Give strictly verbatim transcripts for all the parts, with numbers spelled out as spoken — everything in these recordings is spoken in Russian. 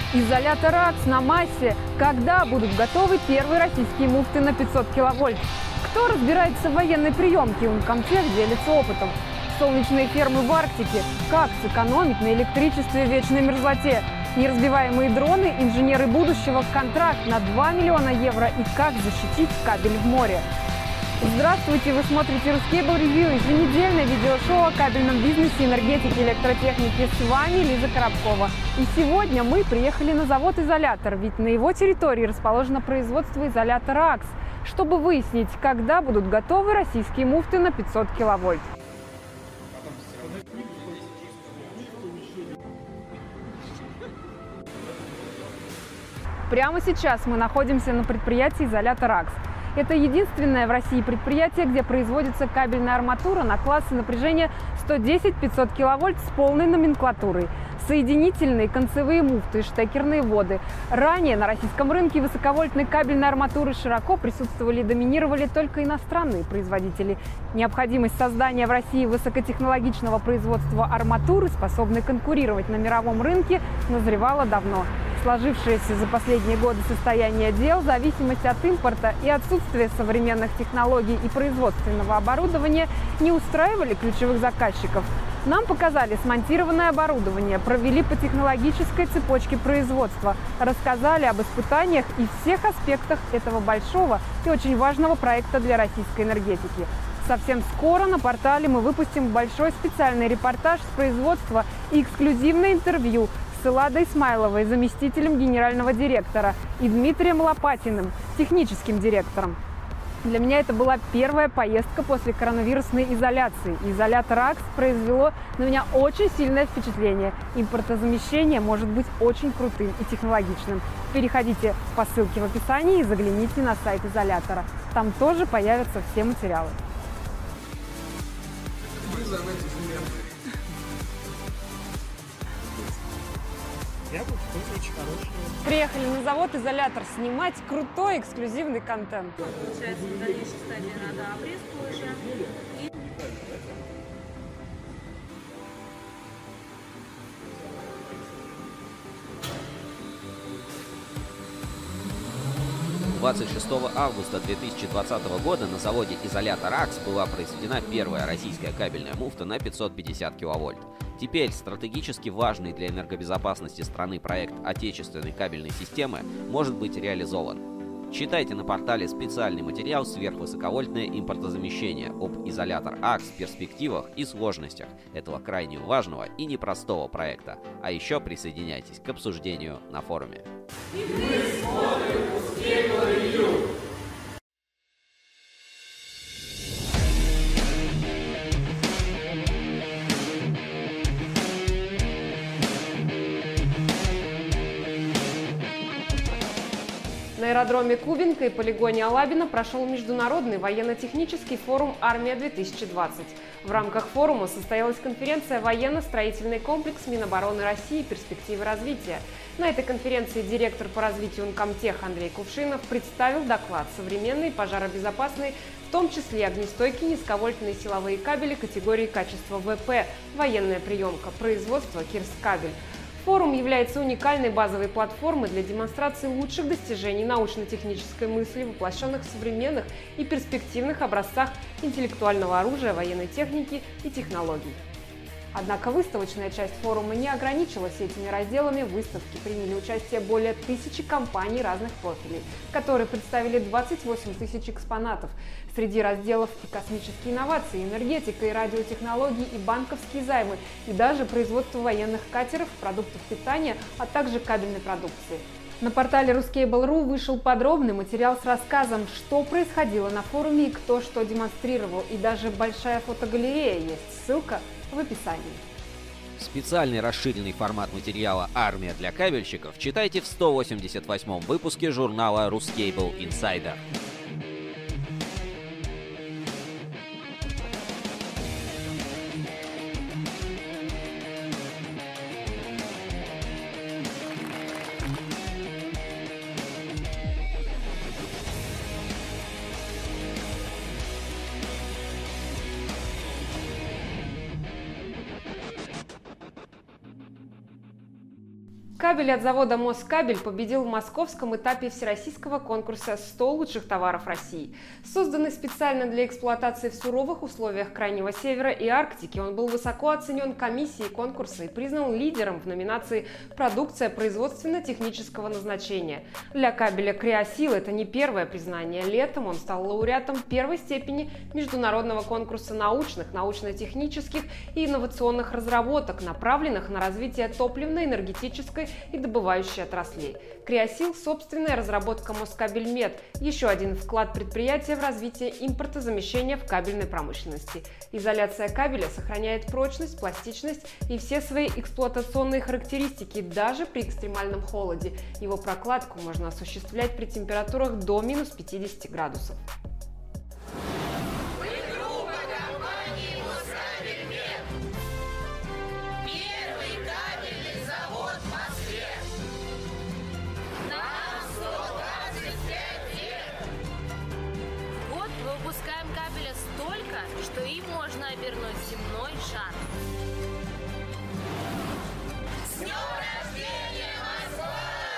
Изолятор АКС на массе. Когда будут готовы первые российские муфты на пятьсот киловольт? Кто разбирается в военной приемке? Uncomtech делится опытом. Солнечные фермы в Арктике. Как сэкономить на электричестве в вечной мерзлоте? Неразбиваемые дроны, инженеры будущего, контракт на два миллиона евро и как защитить кабель в море. Здравствуйте! Вы смотрите Ruscable Review, еженедельное видеошоу о кабельном бизнесе, энергетике, электротехнике. С вами Лиза Коробкова. И сегодня мы приехали на завод «Изолятор», ведь на его территории расположено производство изолятора АКС, чтобы выяснить, когда будут готовы российские муфты на пятьсот киловольт. Прямо сейчас мы находимся на предприятии «Изолятор АКС». Это единственное в России предприятие, где производится кабельная арматура на классы напряжения сто десять — пятьсот киловольт с полной номенклатурой. Соединительные, концевые муфты, штекерные воды. Ранее на российском рынке высоковольтной кабельной арматуры широко присутствовали и доминировали только иностранные производители. Необходимость создания в России высокотехнологичного производства арматуры, способной конкурировать на мировом рынке, назревала давно. Сложившееся за последние годы состояние дел, зависимость от импорта и отсутствие современных технологий и производственного оборудования не устраивали ключевых заказчиков. Нам показали смонтированное оборудование, провели по технологической цепочке производства, рассказали об испытаниях и всех аспектах этого большого и очень важного проекта для российской энергетики. Совсем скоро на портале мы выпустим большой специальный репортаж с производства и эксклюзивное интервью с Эладой Смайловой, заместителем генерального директора, и Дмитрием Лопатиным, техническим директором. Для меня это была первая поездка после коронавирусной изоляции. Изолятор АКС произвело на меня очень сильное впечатление. Импортозамещение может быть очень крутым и технологичным. Переходите по ссылке в описании и загляните на сайт изолятора. Там тоже появятся все материалы. Очень хороший. Приехали на завод «Изолятор» снимать крутой эксклюзивный контент. Получается, в дальнейшей стадии надо обрезку уже. И... двадцать шестого августа две тысячи двадцатого года на заводе «Изолятор АКС» была произведена первая российская кабельная муфта на пятьсот пятьдесят киловольт. Теперь стратегически важный для энергобезопасности страны проект отечественной кабельной системы может быть реализован. Читайте на портале специальный материал «Сверхвысоковольтное импортозамещение» об «Изолятор АКС», перспективах и сложностях этого крайне важного и непростого проекта. А еще присоединяйтесь к обсуждению на форуме. И мы смотрим Ruscable Review. На аэродроме Кубинка и полигоне Алабино прошел международный военно-технический форум «Армия-две тысячи двадцать». В рамках форума состоялась конференция «Военно-строительный комплекс Минобороны России. Перспективы развития». На этой конференции директор по развитию Uncomtech Андрей Кувшинов представил доклад «Современные пожаробезопасные, в том числе огнестойкие низковольтные силовые кабели категории качества ВП, военная приемка, производство Кирскабель». Форум является уникальной базовой платформой для демонстрации лучших достижений научно-технической мысли, воплощенных в современных и перспективных образцах интеллектуального оружия, военной техники и технологий. Однако выставочная часть форума не ограничилась этими разделами. В выставке приняли участие более тысячи компаний разных профилей, которые представили двадцать восемь тысяч экспонатов. Среди разделов и космические инновации, энергетика и радиотехнологии, и банковские займы, и даже производство военных катеров, продуктов питания, а также кабельной продукции. На портале Ruscable точка ру вышел подробный материал с рассказом, что происходило на форуме и кто что демонстрировал, и даже большая фотогалерея есть. Ссылка в описании. Специальный расширенный формат материала «Армия для кабельщиков» читайте в сто восемьдесят восьмом выпуске журнала Ruscable Insider. кабелей от завода Москабель победил в московском этапе всероссийского конкурса сто лучших товаров России. Созданный специально для эксплуатации в суровых условиях Крайнего Севера и Арктики, он был высоко оценен комиссией конкурса и признан лидером в номинации «Продукция производственно-технического назначения». Для кабеля Криосил это не первое признание. Летом он стал лауреатом первой степени международного конкурса научных, научно-технических и инновационных разработок, направленных на развитие топливно-энергетической и добывающей отраслей. Криосил – собственная разработка Москабельмет, еще один вклад предприятия в развитие импортозамещения в кабельной промышленности. Изоляция кабеля сохраняет прочность, пластичность и все свои эксплуатационные характеристики даже при экстремальном холоде. Его прокладку можно осуществлять при температурах до минус пятидесяти градусов. Выпускаем кабеля столько, что им можно обернуть земной шар. С днем рождения, Москва!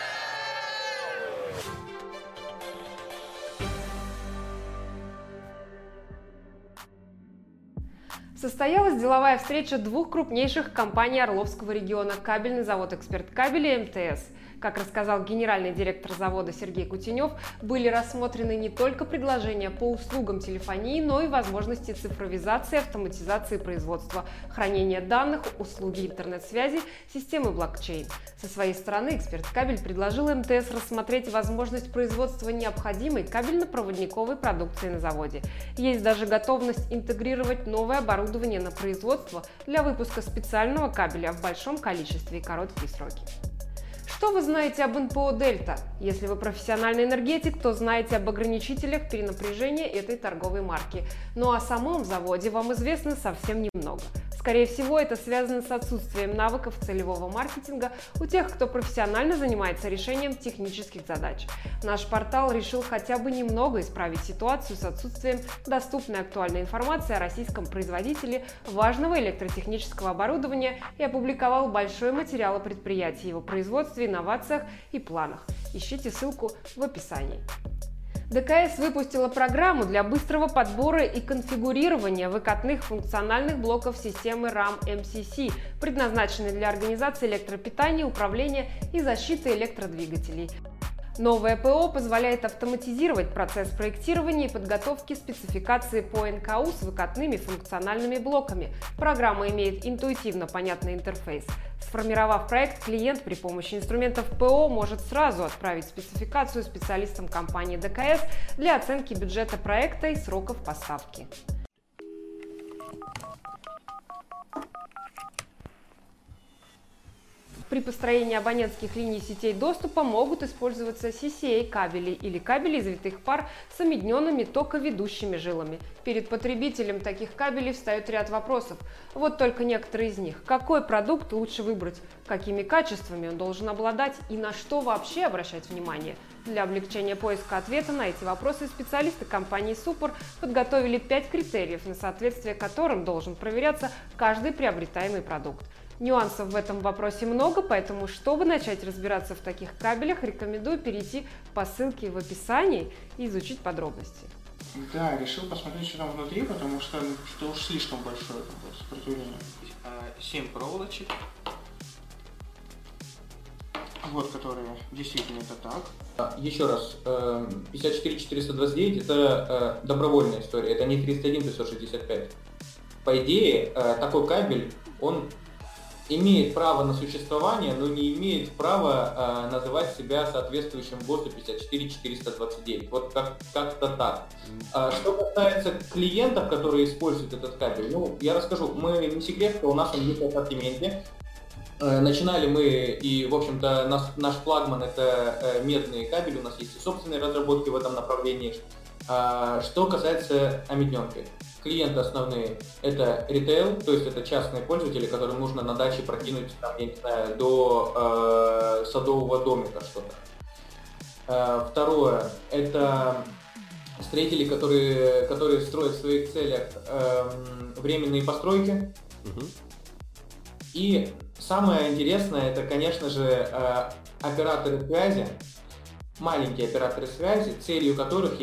Состоялась деловая встреча двух крупнейших компаний Орловского региона – кабельный завод «Эксперт Кабеля» и эм тэ эс. Как рассказал генеральный директор завода Сергей Кутенев, были рассмотрены не только предложения по услугам телефонии, но и возможности цифровизации, автоматизации производства, хранения данных, услуги интернет-связи, системы блокчейн. Со своей стороны «Эксперт Кабель» предложил эм тэ эс рассмотреть возможность производства необходимой кабельно-проводниковой продукции на заводе. Есть даже готовность интегрировать новое оборудование на производство для выпуска специального кабеля в большом количестве и короткие сроки. Что вы знаете об эн пэ о «Дельта»? Если вы профессиональный энергетик, то знаете об ограничителях перенапряжения этой торговой марки. Но о самом заводе вам известно совсем немного. Скорее всего, это связано с отсутствием навыков целевого маркетинга у тех, кто профессионально занимается решением технических задач. Наш портал решил хотя бы немного исправить ситуацию с отсутствием доступной актуальной информации о российском производителе важного электротехнического оборудования и опубликовал большой материал о предприятии, его производстве, инновациях и планах. Ищите ссылку в описании. дэ ка эс выпустила программу для быстрого подбора и конфигурирования выкатных функциональных блоков системы рам эм си си, предназначенной для организации электропитания, управления и защиты электродвигателей. Новое ПО позволяет автоматизировать процесс проектирования и подготовки спецификации по эн ка у с выкатными функциональными блоками. Программа имеет интуитивно понятный интерфейс. Сформировав проект, клиент при помощи инструментов ПО может сразу отправить спецификацию специалистам компании дэ ка эс для оценки бюджета проекта и сроков поставки. При построении абонентских линий сетей доступа могут использоваться си си эй-кабели или кабели из витых пар с объединенными токоведущими жилами. Перед потребителем таких кабелей встает ряд вопросов. Вот только некоторые из них. Какой продукт лучше выбрать? Какими качествами он должен обладать? И на что вообще обращать внимание? Для облегчения поиска ответа на эти вопросы специалисты компании Супер подготовили пять критериев, на соответствие которым должен проверяться каждый приобретаемый продукт. Нюансов в этом вопросе много, поэтому, чтобы начать разбираться в таких кабелях, рекомендую перейти по ссылке в описании и изучить подробности. Да, решил посмотреть, что там внутри, потому что это уж слишком большое сопротивление. семь проволочек. Вот, которые действительно это так. Еще раз, пятьдесят четыре четыреста двадцать девять это добровольная история, это не тридцать один пятьсот шестьдесят пять. По идее, такой кабель, он имеет право на существование, но не имеет права э, называть себя соответствующим ГОСТу пятьдесят четыре четыреста двадцать девять. Вот как, как-то так. А что касается клиентов, которые используют этот кабель, ну, я расскажу. Мы, не секрет, что у нас он есть в ассортименте. Э, начинали мы, и, в общем-то, наш, наш флагман — это э, медные кабели, у нас есть и собственные разработки в этом направлении. А, что касается омедненки. Клиенты основные — это ритейл, то есть это частные пользователи, которым нужно на даче прокинуть, там, я не знаю, до э, садового домика что-то. Э, второе — это строители, которые, которые строят в своих целях э, временные постройки. Uh-huh. И самое интересное, это, конечно же, операторы связи, маленькие операторы связи, целью которых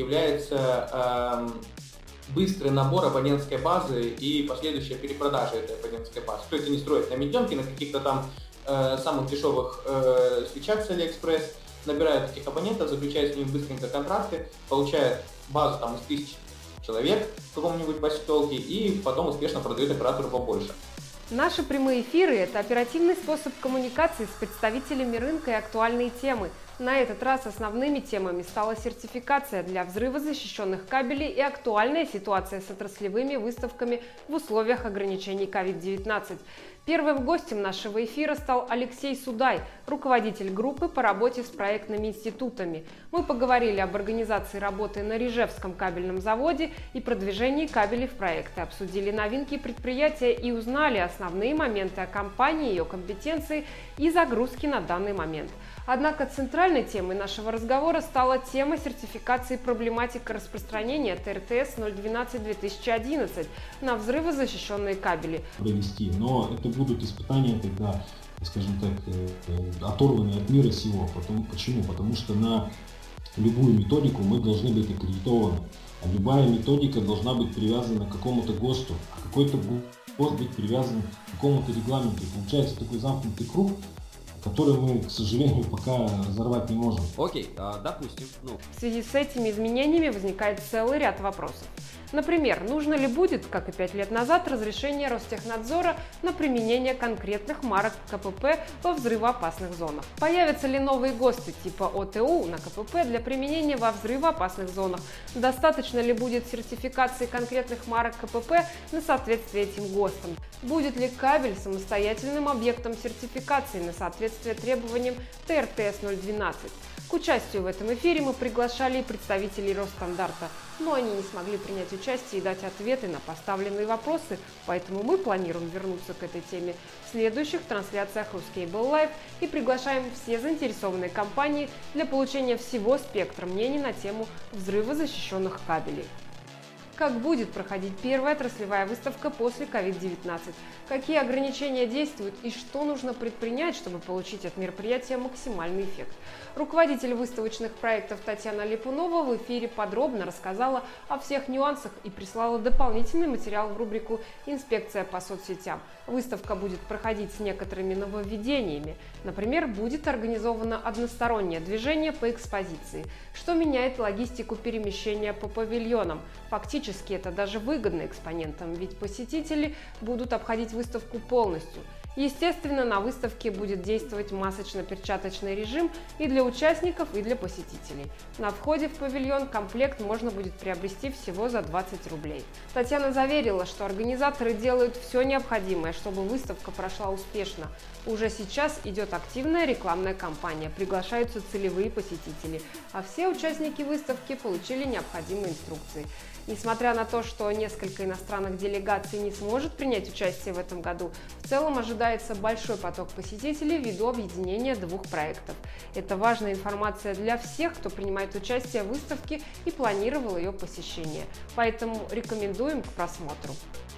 является быстрый набор абонентской базы и последующая перепродажа этой абонентской базы. То есть они строят на медленке, на каких-то там э, самых дешевых э, свечах с Алиэкспресс, набирают этих абонентов, заключают с ними быстренько контракты, получают базу там из тысяч человек в каком-нибудь поселке и потом успешно продают оператору побольше. Наши прямые эфиры – это оперативный способ коммуникации с представителями рынка и актуальные темы. На этот раз основными темами стала сертификация для взрывозащищенных кабелей и актуальная ситуация с отраслевыми выставками в условиях ограничений ковид девятнадцать. Первым гостем нашего эфира стал Алексей Судай, руководитель группы по работе с проектными институтами. Мы поговорили об организации работы на Рижевском кабельном заводе и продвижении кабелей в проекты, обсудили новинки предприятия и узнали основные моменты о компании, ее компетенции и загрузки на данный момент. Однако центральной темой нашего разговора стала тема сертификации и проблематика распространения Т Р Т С ноль двенадцать две тысячи одиннадцать на взрывозащищенные кабели. Провести, но это будут испытания, когда, скажем так, оторваны от мира сего. Потому, почему? Потому что на любую методику мы должны быть аккредитованы. А любая методика должна быть привязана к какому-то ГОСТу, а какой-то ГОСТ быть привязан к какому-то регламенту. И получается такой замкнутый круг, который мы, к сожалению, пока разорвать не можем. Окей, а, допустим. Ну. В связи с этими изменениями возникает целый ряд вопросов. Например, нужно ли будет, как и пять лет назад, разрешение Ростехнадзора на применение конкретных марок К П П во взрывоопасных зонах? Появятся ли новые ГОСТы типа О Т У на К П П для применения во взрывоопасных зонах? Достаточно ли будет сертификации конкретных марок К П П на соответствие этим ГОСТам? Будет ли кабель самостоятельным объектом сертификации на соответствие требованиям Т Р Т С ноль двенадцать? К участию в этом эфире мы приглашали и представителей Росстандарта, но они не смогли принять участие и дать ответы на поставленные вопросы, поэтому мы планируем вернуться к этой теме в следующих трансляциях Ruscable Live и приглашаем все заинтересованные компании для получения всего спектра мнений на тему взрывозащищенных кабелей. Как будет проходить первая отраслевая выставка после ковид девятнадцать? Какие ограничения действуют и что нужно предпринять, чтобы получить от мероприятия максимальный эффект? Руководитель выставочных проектов Татьяна Липунова в эфире подробно рассказала о всех нюансах и прислала дополнительный материал в рубрику «Инспекция по соцсетям». Выставка будет проходить с некоторыми нововведениями. Например, будет организовано одностороннее движение по экспозиции, что меняет логистику перемещения по павильонам. Фактически это даже выгодно экспонентам, ведь посетители будут обходить выставку полностью. Естественно, на выставке будет действовать масочно-перчаточный режим и для участников, и для посетителей. На входе в павильон комплект можно будет приобрести всего за двадцать рублей. Татьяна заверила, что организаторы делают все необходимое, чтобы выставка прошла успешно. Уже сейчас идет активная рекламная кампания, приглашаются целевые посетители, а все участники выставки получили необходимые инструкции. Несмотря на то, что несколько иностранных делегаций не сможет принять участие в этом году, в целом ожидается большой поток посетителей ввиду объединения двух проектов. Это важная информация для всех, кто принимает участие в выставке и планировал ее посещение. Поэтому рекомендуем к просмотру.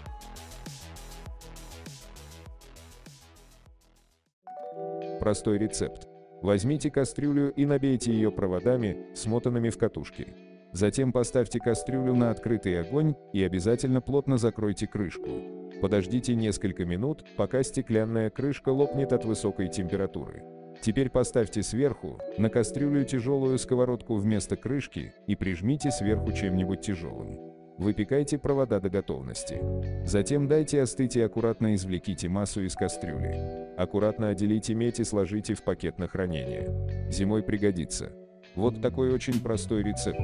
Простой рецепт. Возьмите кастрюлю и набейте ее проводами, смотанными в катушки. Затем поставьте кастрюлю на открытый огонь и обязательно плотно закройте крышку. Подождите несколько минут, пока стеклянная крышка лопнет от высокой температуры. Теперь поставьте сверху на кастрюлю тяжелую сковородку вместо крышки и прижмите сверху чем-нибудь тяжелым. Выпекайте провода до готовности. Затем дайте остыть и аккуратно извлеките массу из кастрюли. Аккуратно отделите медь и сложите в пакет на хранение. Зимой пригодится. Вот такой очень простой рецепт.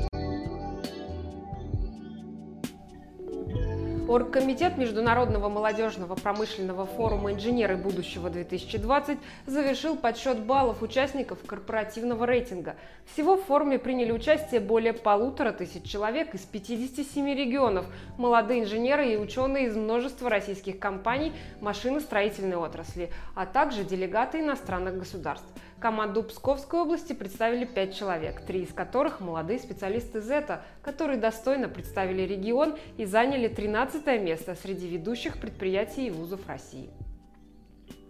Оргкомитет Международного молодежного промышленного форума «Инженеры будущего две тысячи двадцать» завершил подсчет баллов участников корпоративного рейтинга. Всего в форуме приняли участие более полутора тысяч человек из пятидесяти семи регионов, молодые инженеры и ученые из множества российских компаний машиностроительной отрасли, а также делегаты иностранных государств. Команду Псковской области представили пять человек, три из которых молодые специалисты ЗЭТа, которые достойно представили регион и заняли тринадцатое место среди ведущих предприятий и вузов России.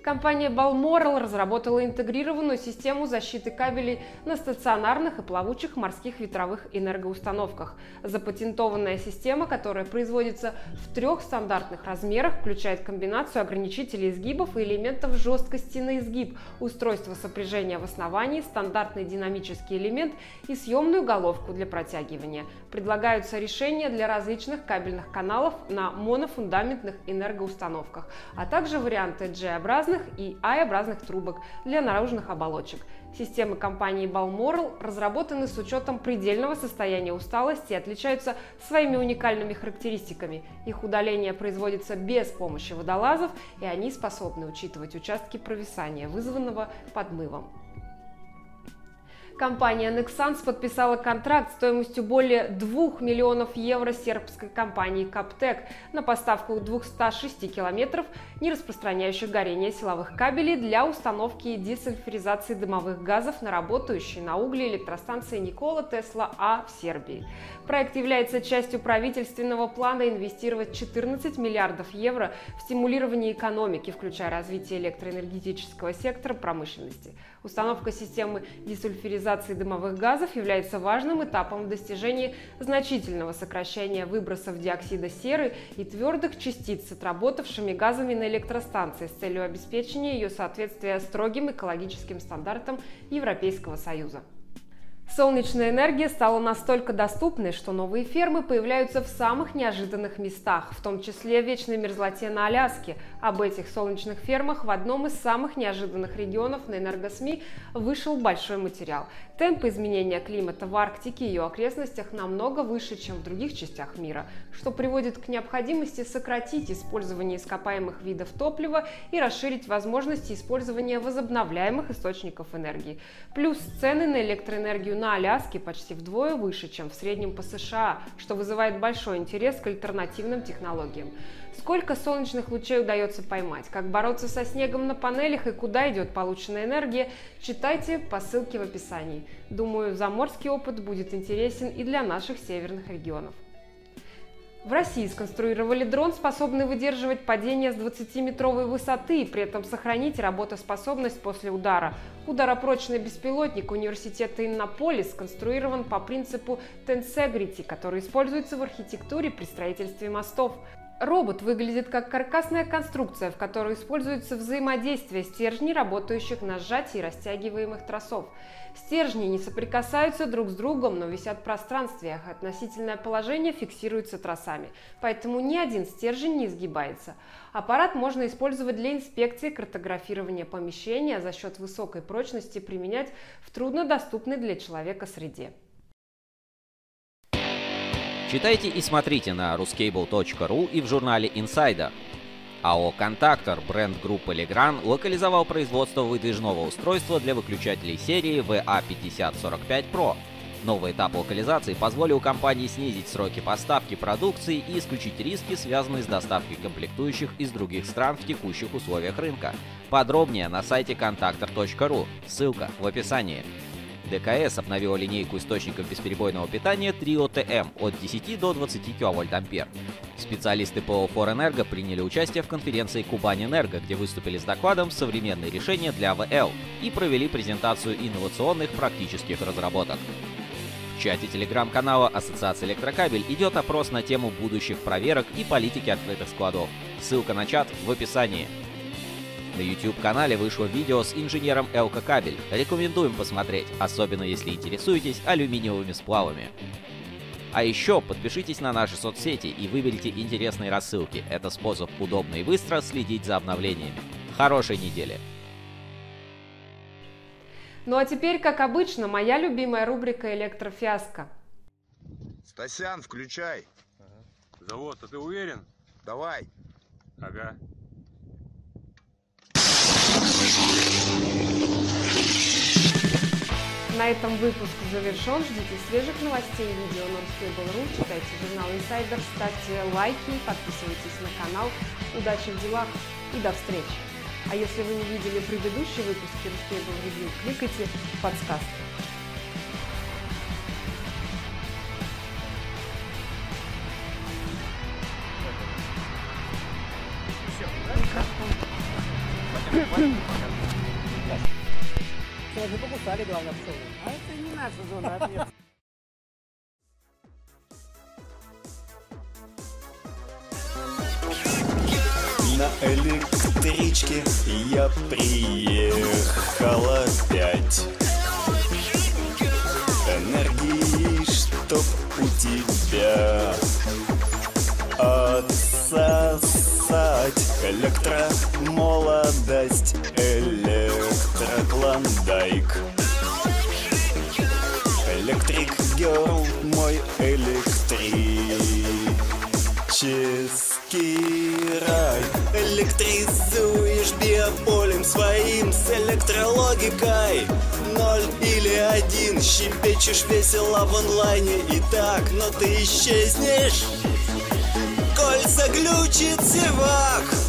Компания Balmoral разработала интегрированную систему защиты кабелей на стационарных и плавучих морских ветровых энергоустановках. Запатентованная система, которая производится в трех стандартных размерах, включает комбинацию ограничителей изгибов и элементов жесткости на изгиб, устройство сопряжения в основании, стандартный динамический элемент и съемную головку для протягивания. Предлагаются решения для различных кабельных каналов на монофундаментных энергоустановках, а также варианты G-образных и I-образных трубок для наружных оболочек. Системы компании Balmoral разработаны с учетом предельного состояния усталости и отличаются своими уникальными характеристиками. Их удаление производится без помощи водолазов, и они способны учитывать участки провисания, вызванного подмывом. Компания Nexans подписала контракт стоимостью более двух миллионов евро с сербской компанией Kaptek на поставку двухсот шести километров нераспространяющих горение силовых кабелей для установки и десульфуризации дымовых газов на работающей на угле электростанции Никола Тесла А в Сербии. Проект является частью правительственного плана инвестировать четырнадцать миллиардов евро в стимулирование экономики, включая развитие электроэнергетического сектора промышленности. Установка системы десульфуризации дымовых газов является важным этапом в достижении значительного сокращения выбросов диоксида серы и твердых частиц с отработавшими газами на электростанции с целью обеспечения ее соответствия строгим экологическим стандартам Европейского Союза. Солнечная энергия стала настолько доступной, что новые фермы появляются в самых неожиданных местах, в том числе в вечной мерзлоте на Аляске. Об этих солнечных фермах в одном из самых неожиданных регионов на Энергосми вышел большой материал. Темпы изменения климата в Арктике и ее окрестностях намного выше, чем в других частях мира, что приводит к необходимости сократить использование ископаемых видов топлива и расширить возможности использования возобновляемых источников энергии. Плюс цены на электроэнергию на Аляске почти вдвое выше, чем в среднем по США, что вызывает большой интерес к альтернативным технологиям. Сколько солнечных лучей удается поймать, как бороться со снегом на панелях и куда идет полученная энергия, читайте по ссылке в описании. Думаю, заморский опыт будет интересен и для наших северных регионов. В России сконструировали дрон, способный выдерживать падение с двадцатиметровой высоты и при этом сохранить работоспособность после удара. Ударопрочный беспилотник университета Иннополис сконструирован по принципу Tensegrity, который используется в архитектуре при строительстве мостов. Робот выглядит как каркасная конструкция, в которой используется взаимодействие стержней, работающих на сжатии растягиваемых тросов. Стержни не соприкасаются друг с другом, но висят в пространстве, а относительное положение фиксируется тросами, поэтому ни один стержень не изгибается. Аппарат можно использовать для инспекции, картографирования помещения, а за счет высокой прочности применять в труднодоступной для человека среде. Читайте и смотрите на ruskable точка ру и в журнале Insider. АО «Контактор», бренд группы Legrand, локализовал производство выдвижного устройства для выключателей серии ви эй пятьдесят сорок пять про. Новый этап локализации позволил компании снизить сроки поставки продукции и исключить риски, связанные с доставкой комплектующих из других стран в текущих условиях рынка. Подробнее на сайте контактор точка ру, ссылка в описании. ДКС обновила линейку источников бесперебойного питания Trio ти эм от десяти до двадцати киловольт-ампер. Специалисты ПО «Форэнерго» приняли участие в конференции «Кубань-Энерго», где выступили с докладом «Современные решения для ВЛ» и провели презентацию инновационных практических разработок. В чате телеграм-канала Ассоциации Электрокабель идет опрос на тему будущих проверок и политики открытых складов. Ссылка на чат в описании. На YouTube-канале вышло видео с инженером Элка Кабель. Рекомендуем посмотреть, особенно если интересуетесь алюминиевыми сплавами. А еще подпишитесь на наши соцсети и выберите интересные рассылки. Это способ удобно и быстро следить за обновлениями. Хорошей недели! Ну а теперь, как обычно, моя любимая рубрика «Электрофиаско». Стасян, включай. Ага. Завод, а ты уверен? Давай. Ага. На этом выпуск завершен. Ждите свежих новостей и видео на ruskable точка ру, читайте журнал Insider, ставьте лайки, подписывайтесь на канал. Удачи в делах и до встречи! А если вы не видели предыдущие выпуски Ruskable Review, кликайте в подсказки. Уже покусали, главное, пчелы. А это не наша зона ответственности. На электричке я приехал опять. Энергии, чтоб у тебя отсосать. Электромолодость, электроклондайк. Электрик герл, мой электрический рай. Электризуешь биополем своим с электрологикой. Ноль или один, щебечешь весело в онлайне и так, но ты исчезнешь, коль заглючит севак.